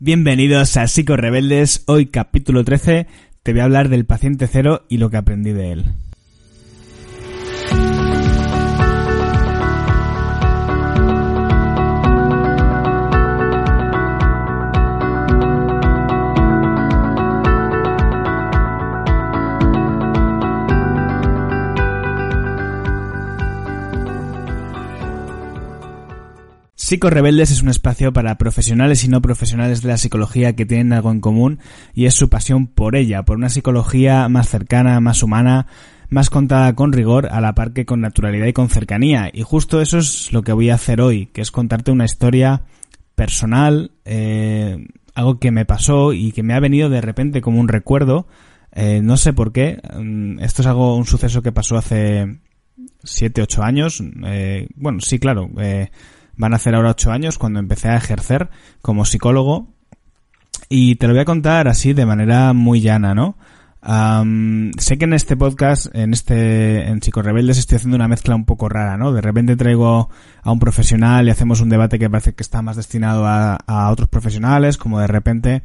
Bienvenidos a Psicorebeldes. Hoy, capítulo 13, te voy a hablar del paciente cero y lo que aprendí de él. Psicorebeldes es un espacio para profesionales y no profesionales de la psicología que tienen algo en común y es su pasión por ella, por una psicología más cercana, más humana, más contada con rigor, a la par que con naturalidad y con cercanía. Y justo eso es lo que voy a hacer hoy, que es contarte una historia personal, algo que me pasó y que me ha venido de repente como un recuerdo. No sé por qué. Esto es un suceso que pasó hace 7-8 años. Bueno, sí, claro. Van a hacer ahora 8 años cuando empecé a ejercer como psicólogo y te lo voy a contar así de manera muy llana, ¿no? Sé que en este podcast, en Psicorebeldes, estoy haciendo una mezcla un poco rara, ¿no? De repente traigo a un profesional y hacemos un debate que parece que está más destinado a otros profesionales, como de repente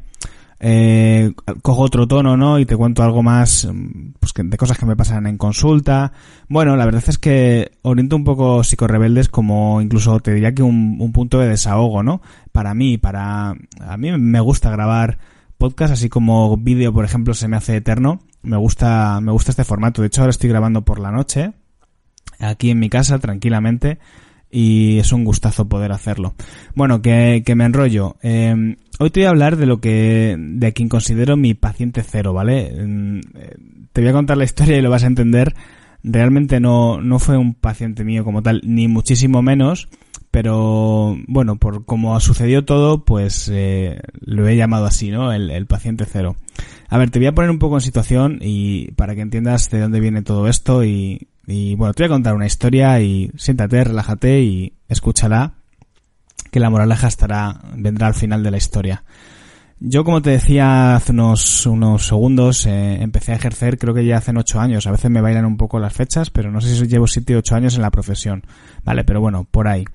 cojo otro tono, ¿no? Y te cuento algo más, pues de cosas que me pasan en consulta. Bueno, la verdad es que oriento un poco Psicorebeldes como incluso te diría que un punto de desahogo, ¿no? A mí me gusta grabar podcast, así como vídeo, por ejemplo, se me hace eterno. Me gusta este formato. De hecho, ahora estoy grabando por la noche, aquí en mi casa, tranquilamente, y es un gustazo poder hacerlo. Bueno, que me enrollo. Hoy te voy a hablar de quien considero mi paciente cero, ¿vale? Te voy a contar la historia y lo vas a entender. Realmente no fue un paciente mío como tal, ni muchísimo menos, pero bueno, por como sucedió todo, pues lo he llamado así, ¿no? El paciente cero. A ver, te voy a poner un poco en situación y para que entiendas de dónde viene todo esto y bueno, te voy a contar una historia y siéntate, relájate y escúchala, que la moraleja vendrá al final de la historia. Yo, como te decía hace unos segundos, empecé a ejercer, creo que ya hace 8 años. A veces me bailan un poco las fechas, pero no sé si llevo 7 o 8 años en la profesión. Vale, pero bueno, por ahí.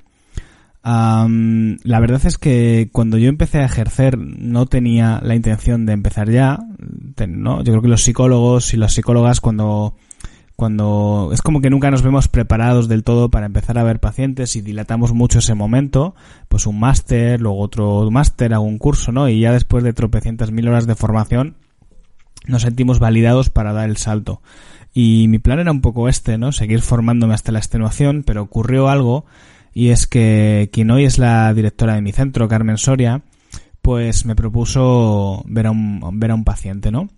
La verdad es que cuando yo empecé a ejercer no tenía la intención de empezar ya, ¿no? Yo creo que los psicólogos y las psicólogas cuando es como que nunca nos vemos preparados del todo para empezar a ver pacientes y dilatamos mucho ese momento, pues un máster, luego otro máster, algún curso, ¿no? Y ya después de tropecientas mil horas de formación nos sentimos validados para dar el salto. Y mi plan era un poco ¿no? Seguir formándome hasta la extenuación, pero ocurrió algo y es que quien hoy es la directora de mi centro, Carmen Soria, pues me propuso ver a un paciente, ¿no?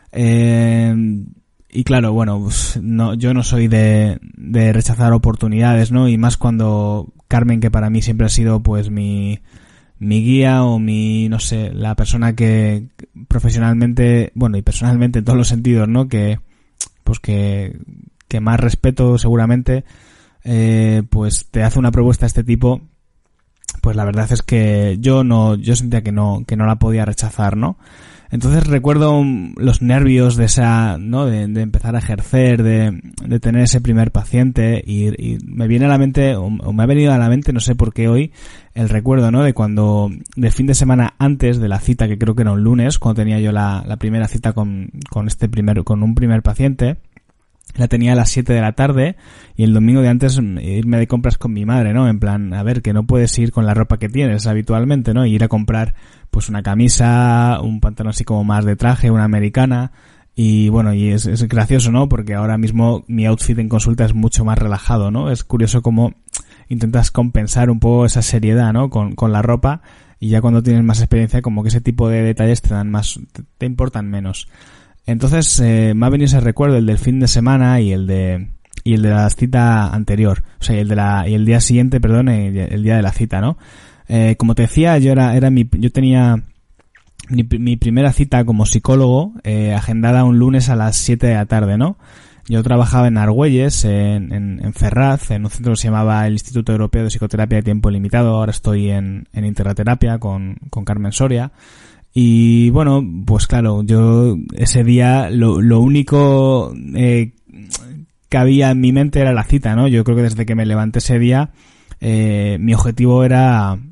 Y claro, bueno, pues yo no soy de rechazar oportunidades, ¿no? Y más cuando Carmen, que para mí siempre ha sido pues mi guía o no sé, la persona que profesionalmente, bueno, y personalmente en todos los sentidos, ¿no? Que más respeto seguramente, pues te hace una propuesta de este tipo, pues la verdad es que yo sentía que no la podía rechazar, ¿no? Entonces recuerdo los nervios de ¿no? De empezar a ejercer, de tener ese primer paciente y me viene a la mente, o me ha venido a la mente, no sé por qué hoy, el recuerdo, ¿no? De fin de semana antes de la cita, que creo que era un lunes, cuando tenía yo la primera cita con un primer paciente. La tenía a las 7 de la tarde y el domingo de antes irme de compras con mi madre, ¿no? En plan, a ver, que no puedes ir con la ropa que tienes habitualmente, ¿no? Y ir a comprar pues una camisa, un pantalón así como más de traje, una americana y bueno, y es gracioso, ¿no? Porque ahora mismo mi outfit en consulta es mucho más relajado, ¿no? Es curioso cómo intentas compensar un poco esa seriedad, ¿no? Con la ropa y ya cuando tienes más experiencia como que ese tipo de detalles te importan menos. Entonces me ha venido ese recuerdo, el del fin de semana y el de la cita anterior, o sea, y el día siguiente, perdón, el día de la cita, ¿no? Como te decía, yo tenía mi primera cita como psicólogo agendada un lunes a las 7 de la tarde, ¿no? Yo trabajaba en Argüelles, en Ferraz, en un centro que se llamaba el Instituto Europeo de Psicoterapia de Tiempo Limitado. Ahora estoy en Interterapia con Carmen Soria. Y bueno, pues claro, yo ese día lo único que había en mi mente era la cita, ¿no? Yo creo que desde que me levanté ese día mi objetivo era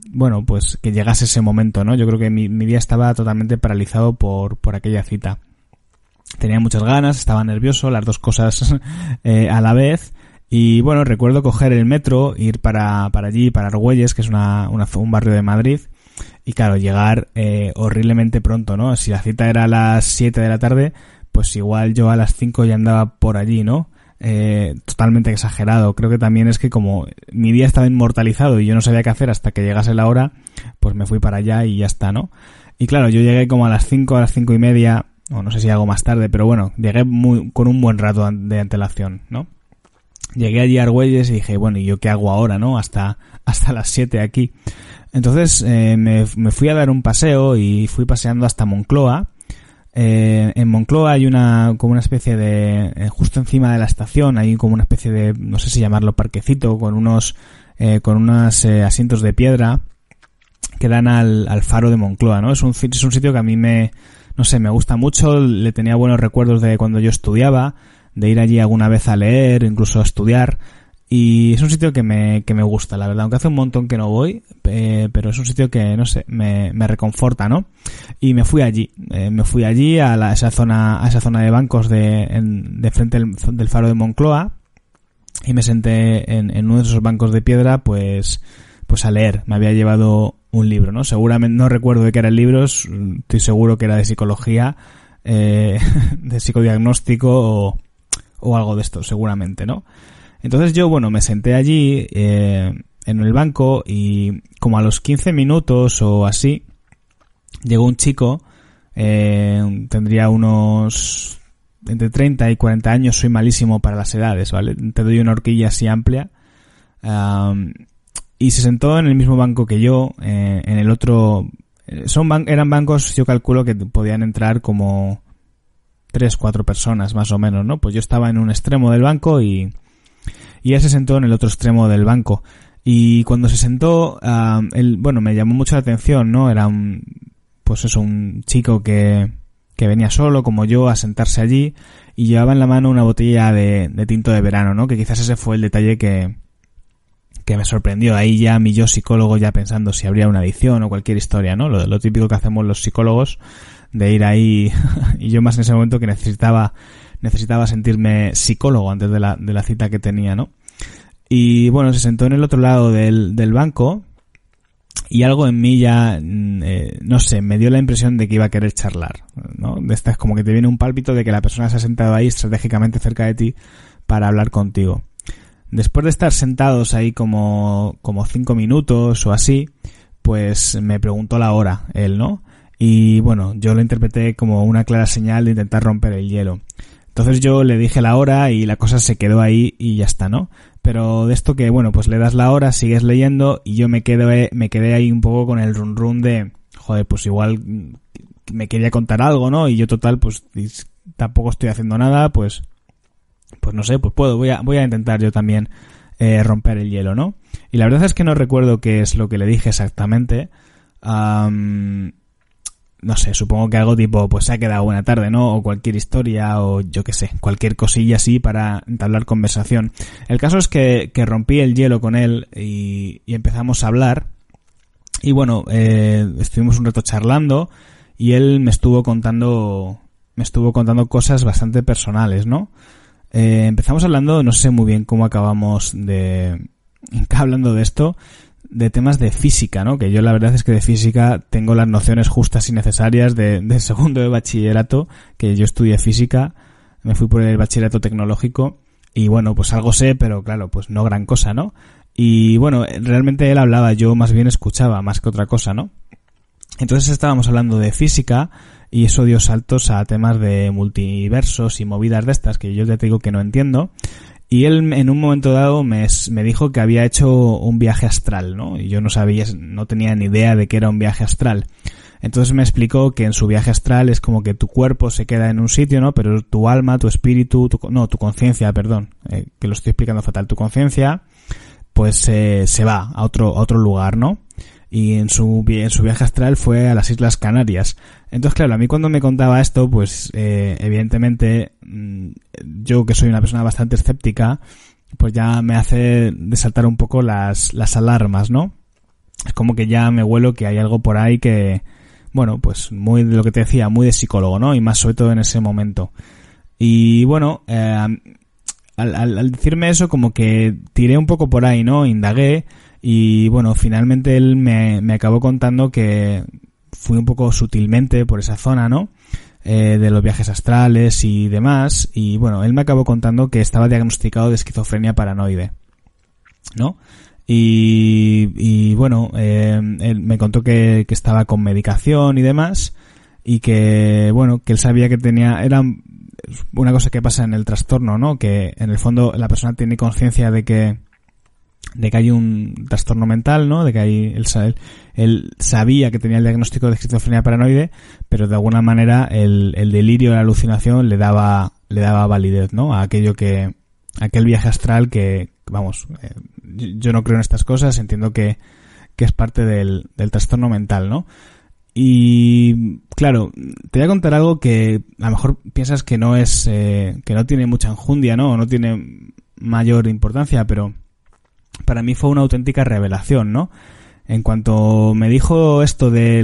bueno, pues que llegase ese momento, ¿no? Yo creo que mi día estaba totalmente paralizado por aquella cita. Tenía muchas ganas, estaba nervioso, las dos cosas a la vez. Y bueno, recuerdo coger el metro, ir para allí, para Argüelles, que es un barrio de Madrid. Y claro, llegar horriblemente pronto, ¿no? Si la cita era a las 7 de la tarde, pues igual yo a las 5 ya andaba por allí, ¿no? Totalmente exagerado. Creo que también es que como mi día estaba inmortalizado y yo no sabía qué hacer hasta que llegase la hora, pues me fui para allá y ya está, ¿no? Y claro, yo llegué como a las 5:30, o no sé si algo más tarde, pero bueno, llegué con un buen rato de antelación, ¿no? Llegué allí a Argüelles y dije, bueno, ¿y yo qué hago ahora, no? Hasta las 7 aquí. Entonces me fui a dar un paseo y fui paseando hasta Moncloa. En Moncloa hay como una especie de, justo encima de la estación, hay como una especie de, no sé si llamarlo parquecito, con unos asientos de piedra que dan al faro de Moncloa, ¿no? Es un sitio que a mí me gusta mucho, le tenía buenos recuerdos de cuando yo estudiaba, de ir allí alguna vez a leer, incluso a estudiar, y es un sitio que me gusta, la verdad, aunque hace un montón que no voy, pero es un sitio que, no sé, me reconforta, ¿no? Y me fui allí a esa zona de bancos de frente del faro de Moncloa, y me senté en uno de esos bancos de piedra, pues a leer. Me había llevado un libro, ¿no? Seguramente, no recuerdo de qué era el libro, estoy seguro que era de psicología, de psicodiagnóstico o algo de esto, seguramente, ¿no? Entonces yo, bueno, me senté allí en el banco y como a los 15 minutos o así, llegó un chico, tendría unos entre 30 y 40 años, soy malísimo para las edades, ¿vale? Te doy una horquilla así amplia. Y se sentó en el mismo banco que yo, en el otro. Eran bancos, yo calculo que podían entrar como 3-4 personas más o menos, ¿no? Pues yo estaba en un extremo del banco y él se sentó en el otro extremo del banco. Y cuando se sentó, bueno, me llamó mucho la atención, ¿no? Era un chico que venía solo, como yo, a sentarse allí y llevaba en la mano una botella de tinto de verano, ¿no? Que quizás ese fue el detalle que me sorprendió. Ahí ya mi yo psicólogo ya pensando si habría una adicción o cualquier historia, ¿no? Lo típico que hacemos los psicólogos de ir ahí y yo más en ese momento que necesitaba sentirme psicólogo antes de la cita que tenía, ¿no? Y bueno, se sentó en el otro lado del banco y algo en mí ya, no sé, me dio la impresión de que iba a querer charlar, ¿no? De esta es como que te viene un pálpito de que la persona se ha sentado ahí estratégicamente cerca de ti para hablar contigo. Después de estar sentados ahí como 5 minutos o así, pues me preguntó la hora él, ¿no? Y bueno, yo lo interpreté como una clara señal de intentar romper el hielo. Entonces yo le dije la hora y la cosa se quedó ahí y ya está, ¿no? Pero de esto que, bueno, pues le das la hora, sigues leyendo y yo me quedé ahí un poco con el run run de, joder, pues igual me quería contar algo, ¿no? Y yo total, pues tampoco estoy haciendo nada, pues no sé, pues voy a intentar yo también romper el hielo, ¿no? Y la verdad es que no recuerdo qué es lo que le dije exactamente. No sé, supongo que algo tipo, pues se ha quedado buena tarde, ¿no? O cualquier historia, o yo qué sé, cualquier cosilla así para entablar conversación. El caso es que rompí el hielo con él y empezamos a hablar. Y bueno, estuvimos un rato charlando y él me estuvo contando cosas bastante personales, ¿no? Empezamos hablando, no sé muy bien cómo acabamos hablando de esto, de temas de física, ¿no? Que yo la verdad es que de física tengo las nociones justas y necesarias de segundo de bachillerato, que yo estudié física, me fui por el bachillerato tecnológico y bueno, pues algo sé, pero claro, pues no gran cosa, ¿no? Y bueno, realmente él hablaba, yo más bien escuchaba más que otra cosa, ¿no? Entonces estábamos hablando de física y eso dio saltos a temas de multiversos y movidas de estas que yo te digo que no entiendo. Y él en un momento dado me dijo que había hecho un viaje astral, ¿no? Y yo no tenía ni idea de que era un viaje astral. Entonces me explicó que en su viaje astral es como que tu cuerpo se queda en un sitio, ¿no? Pero tu alma, tu espíritu, tu conciencia, perdón, que lo estoy explicando fatal, tu conciencia, pues se va a otro lugar, ¿no? Y en su viaje astral fue a las Islas Canarias. Entonces, claro, a mí cuando me contaba esto, pues evidentemente yo que soy una persona bastante escéptica, pues ya me hace desaltar un poco las alarmas, ¿no? es como que ya me huelo que hay algo por ahí que, bueno, pues muy de lo que te decía, muy de psicólogo, ¿no? Y más sobre todo en ese momento. Y bueno, al decirme eso, como que tiré un poco por ahí, ¿no? Indagué y bueno, finalmente él me acabó contando que fui un poco sutilmente por esa zona, ¿no? De los viajes astrales y demás. Y bueno, él me acabó contando que estaba diagnosticado de esquizofrenia paranoide, ¿no? Y bueno, él me contó que estaba con medicación y demás, y que bueno, que él sabía que era una cosa que pasa en el trastorno, ¿no? Que en el fondo la persona tiene conciencia de que hay un trastorno mental, ¿no? De que él sabía que tenía el diagnóstico de esquizofrenia paranoide, pero de alguna manera el delirio, la alucinación le daba validez, ¿no? A aquel viaje astral que, vamos, yo no creo en estas cosas, entiendo que es parte del trastorno mental, ¿no? Y claro, te voy a contar algo que a lo mejor piensas que no es, que no tiene mucha enjundia, ¿no? O no tiene mayor importancia, pero para mí fue una auténtica revelación, ¿no? En cuanto me dijo esto de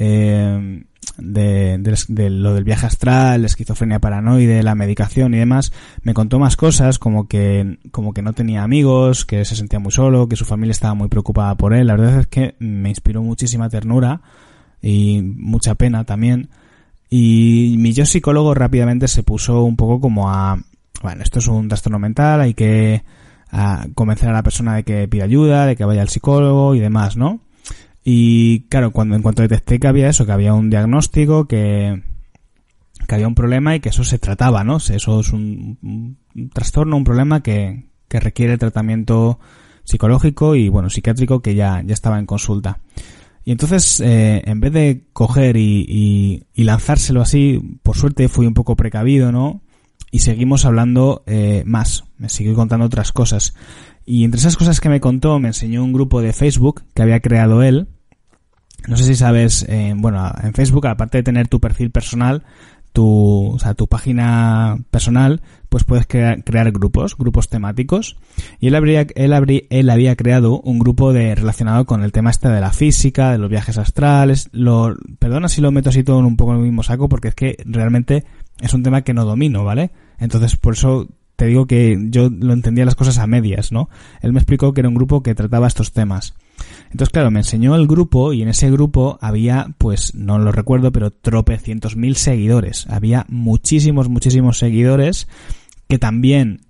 lo del viaje astral, la esquizofrenia paranoide, la medicación y demás, me contó más cosas, como que no tenía amigos, que se sentía muy solo, que su familia estaba muy preocupada por él. La verdad es que me inspiró muchísima ternura y mucha pena también. Y mi yo psicólogo rápidamente se puso un poco como bueno, esto es un trastorno mental, hay que convencer a la persona de que pida ayuda, de que vaya al psicólogo y demás, ¿no? Y claro, en cuanto detecté que había eso, que había un diagnóstico, que había un problema y que eso se trataba, ¿no? Eso es un trastorno, un problema que requiere tratamiento psicológico y, bueno, psiquiátrico, que ya estaba en consulta. Y entonces, en vez de coger y lanzárselo así, por suerte fui un poco precavido, ¿no? Y seguimos hablando más. Me siguió contando otras cosas. Y entre esas cosas que me contó, me enseñó un grupo de Facebook que había creado él. No sé si sabes, bueno, en Facebook, aparte de tener tu perfil personal, tu página personal, pues puedes crear grupos temáticos. Y él había creado un grupo relacionado con el tema de la física, de los viajes astrales. Perdona si lo meto así todo en un poco en el mismo saco, porque es que realmente es un tema que no domino, ¿vale? Entonces, por eso te digo que yo lo entendía las cosas a medias, ¿no? Él me explicó que era un grupo que trataba estos temas. Entonces, claro, me enseñó el grupo y en ese grupo había, pues, no lo recuerdo, pero tropecientos mil seguidores. Había muchísimos seguidores que también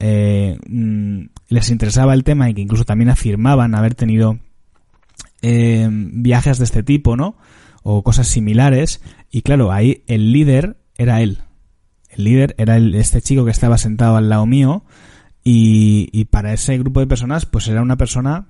les interesaba el tema y que incluso también afirmaban haber tenido viajes de este tipo, ¿no? O cosas similares. Y claro, ahí el líder era él. El líder era este chico que estaba sentado al lado mío y para ese grupo de personas pues era una persona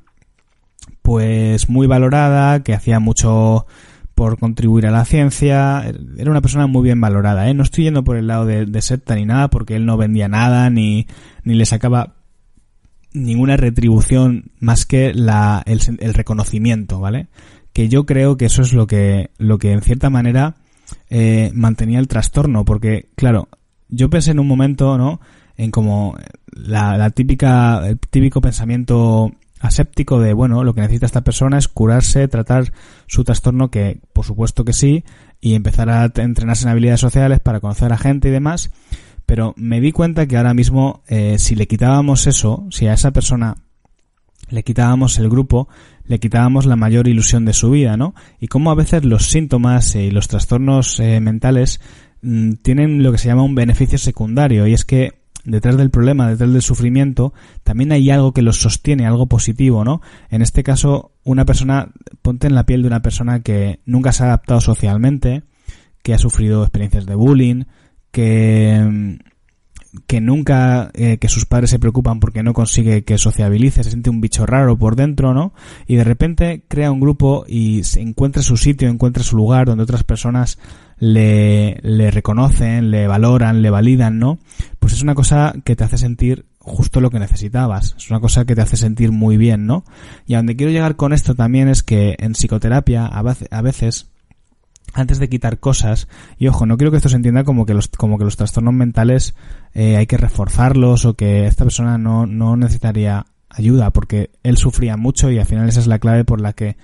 pues muy valorada, que hacía mucho por contribuir a la ciencia. Era una persona muy bien valorada, ¿eh? No estoy yendo por el lado de secta ni nada, porque él no vendía nada ni le sacaba ninguna retribución más que el reconocimiento, ¿vale? Que yo creo que eso es lo que en cierta manera mantenía el trastorno, porque claro, yo pensé en un momento, ¿no?, en como el típico pensamiento aséptico de, bueno, lo que necesita esta persona es curarse, tratar su trastorno, que por supuesto que sí, y empezar a entrenarse en habilidades sociales para conocer a gente y demás. Pero me di cuenta que ahora mismo, si le quitábamos eso, si a esa persona le quitábamos el grupo, le quitábamos la mayor ilusión de su vida, ¿no? Y cómo a veces los síntomas y los trastornos mentales tienen lo que se llama un beneficio secundario, y es que detrás del problema, detrás del sufrimiento, también hay algo que los sostiene, algo positivo, ¿no? En este caso, ponte en la piel de una persona que nunca se ha adaptado socialmente, que ha sufrido experiencias de bullying, que nunca, que sus padres se preocupan porque no consigue que sociabilice, se siente un bicho raro por dentro, ¿no? Y de repente crea un grupo y se encuentra su sitio, encuentra su lugar donde otras personas le reconocen, le valoran, le validan, ¿no? Pues es una cosa que te hace sentir justo lo que necesitabas. Es una cosa que te hace sentir muy bien, ¿no? Y a donde quiero llegar con esto también es que en psicoterapia a veces, antes de quitar cosas, y ojo, no quiero que esto se entienda como que los trastornos mentales hay que reforzarlos, o que esta persona no necesitaría ayuda, porque él sufría mucho y al final esa es la clave por la que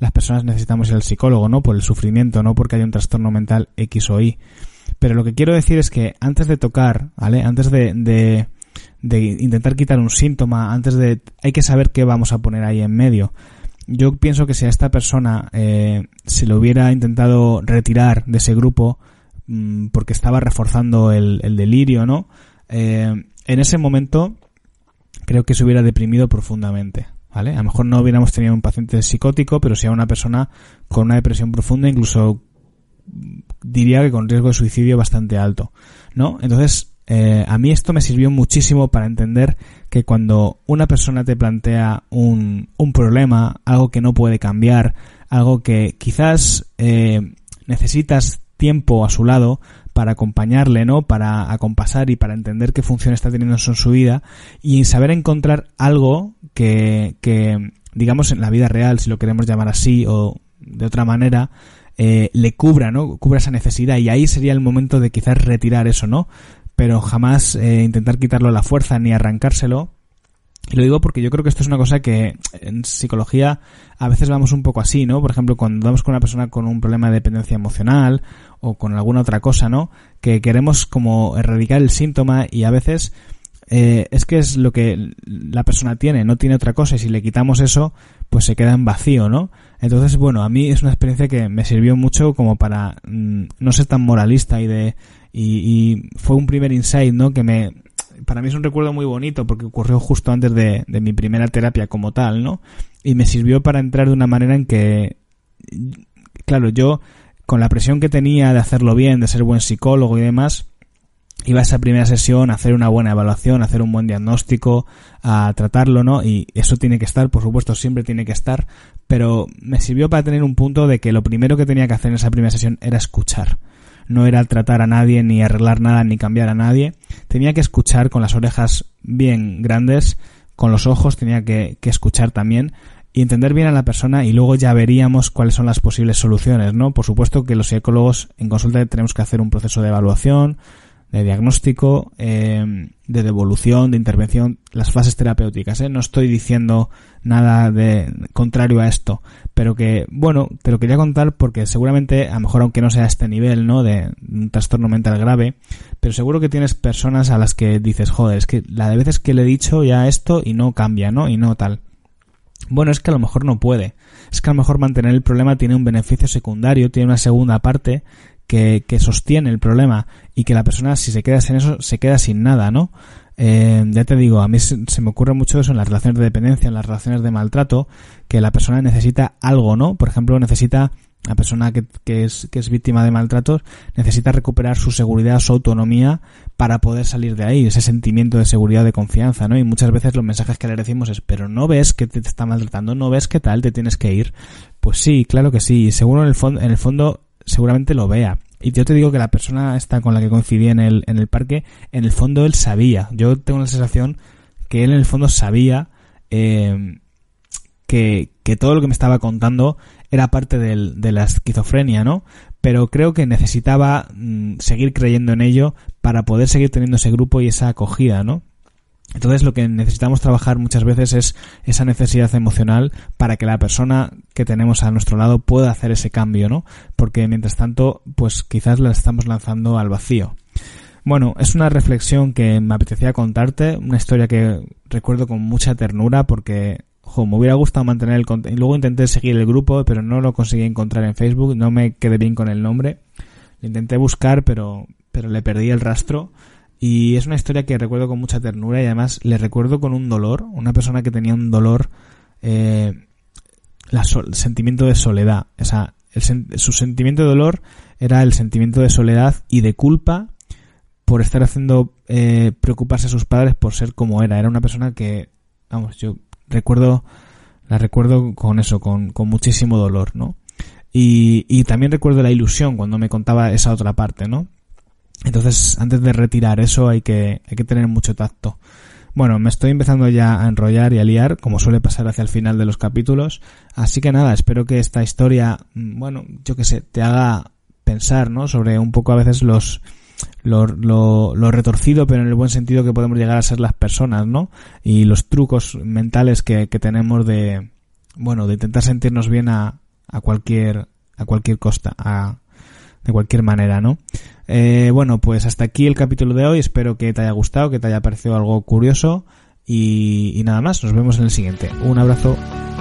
las personas necesitamos ir al psicólogo, ¿no? Por el sufrimiento, no porque haya un trastorno mental X o Y. Pero lo que quiero decir es que antes de tocar, ¿vale? Antes de intentar quitar un síntoma, hay que saber qué vamos a poner ahí en medio. Yo pienso que si a esta persona se le hubiera intentado retirar de ese grupo porque estaba reforzando el delirio, ¿no? En ese momento creo que se hubiera deprimido profundamente, ¿vale? A lo mejor no hubiéramos tenido un paciente psicótico, pero sí a una persona con una depresión profunda, incluso diría que con riesgo de suicidio bastante alto, ¿no? Entonces, a mí esto me sirvió muchísimo para entender que cuando una persona te plantea un problema, algo que no puede cambiar, algo que quizás necesitas tiempo a su lado para acompañarle, ¿no? Para acompasar y para entender qué función está teniendo en su vida y saber encontrar algo que digamos en la vida real, si lo queremos llamar así o de otra manera, le cubra, ¿no? Cubra esa necesidad, y ahí sería el momento de quizás retirar eso, ¿no? Pero jamás intentar quitarlo a la fuerza ni arrancárselo. Y lo digo porque yo creo que esto es una cosa que en psicología a veces vamos un poco así, ¿no? Por ejemplo, cuando vamos con una persona con un problema de dependencia emocional o con alguna otra cosa, ¿no? Que queremos como erradicar el síntoma y a veces es que es lo que la persona tiene, no tiene otra cosa, y si le quitamos eso, pues se queda en vacío, ¿no? Entonces, bueno, a mí es una experiencia que me sirvió mucho como para no ser tan moralista y fue un primer insight, ¿no? Para mí es un recuerdo muy bonito porque ocurrió justo antes de mi primera terapia como tal, ¿no? Y me sirvió para entrar de una manera en que, claro, yo con la presión que tenía de hacerlo bien, de ser buen psicólogo y demás, iba a esa primera sesión a hacer una buena evaluación, a hacer un buen diagnóstico, a tratarlo, ¿no? Y eso tiene que estar, por supuesto, siempre tiene que estar, pero me sirvió para tener un punto de que lo primero que tenía que hacer en esa primera sesión era escuchar. No era tratar a nadie, ni arreglar nada, ni cambiar a nadie. Tenía que escuchar con las orejas bien grandes, con los ojos tenía que escuchar también y entender bien a la persona, y luego ya veríamos cuáles son las posibles soluciones, ¿no? Por supuesto que los psicólogos en consulta tenemos que hacer un proceso de evaluación, de diagnóstico, de devolución, de intervención, las fases terapéuticas, ¿eh? No estoy diciendo nada de contrario a esto, pero que, bueno, te lo quería contar porque seguramente, a lo mejor aunque no sea a este nivel, ¿no? De un trastorno mental grave, pero seguro que tienes personas a las que dices, joder, es que la de veces que le he dicho ya esto y no cambia, ¿no? Y no tal. Bueno, es que a lo mejor no puede. Es que a lo mejor mantener el problema tiene un beneficio secundario, tiene una segunda parte que sostiene el problema, y que la persona, si se queda sin eso, se queda sin nada, ¿no? Ya te digo, a mí se me ocurre mucho eso en las relaciones de dependencia, en las relaciones de maltrato, que la persona necesita algo, ¿no? Por ejemplo, la persona que es víctima de maltratos necesita recuperar su seguridad, su autonomía para poder salir de ahí, ese sentimiento de seguridad, de confianza, ¿no? Y muchas veces los mensajes que le decimos es, pero no ves que te está maltratando, no ves que tal, te tienes que ir. Pues sí, claro que sí, y seguro en el fondo seguramente lo vea. Y yo te digo que la persona esta con la que coincidí en el parque, en el fondo él sabía. Yo tengo la sensación que él en el fondo sabía que todo lo que me estaba contando era parte de la esquizofrenia, ¿no? Pero creo que necesitaba seguir creyendo en ello para poder seguir teniendo ese grupo y esa acogida, ¿no? Entonces lo que necesitamos trabajar muchas veces es esa necesidad emocional para que la persona que tenemos a nuestro lado pueda hacer ese cambio, ¿no? Porque mientras tanto, pues quizás la estamos lanzando al vacío. Bueno, es una reflexión que me apetecía contarte, una historia que recuerdo con mucha ternura porque, me hubiera gustado mantener el contenido. Luego intenté seguir el grupo, pero no lo conseguí encontrar en Facebook, no me quedé bien con el nombre. Lo intenté buscar, pero le perdí el rastro. Y es una historia que recuerdo con mucha ternura, y además le recuerdo con un dolor, una persona que tenía un dolor, el sentimiento de soledad. O sea, su sentimiento de dolor era el sentimiento de soledad y de culpa por estar haciendo preocuparse a sus padres por ser como era. Era una persona que, vamos, yo la recuerdo con eso, con muchísimo dolor, ¿no? Y también recuerdo la ilusión cuando me contaba esa otra parte, ¿no? Entonces, antes de retirar eso hay que tener mucho tacto. Bueno, me estoy empezando ya a enrollar y a liar, como suele pasar hacia el final de los capítulos. Así que nada, espero que esta historia, bueno, yo qué sé, te haga pensar, ¿no? Sobre un poco a veces lo retorcido, pero en el buen sentido que podemos llegar a ser las personas, ¿no? Y los trucos mentales que tenemos de intentar sentirnos bien a a cualquier costa, de cualquier manera, ¿no? Bueno, pues hasta aquí el capítulo de hoy. Espero que te haya gustado, que te haya parecido algo curioso y nada más. Nos vemos en el siguiente. Un abrazo.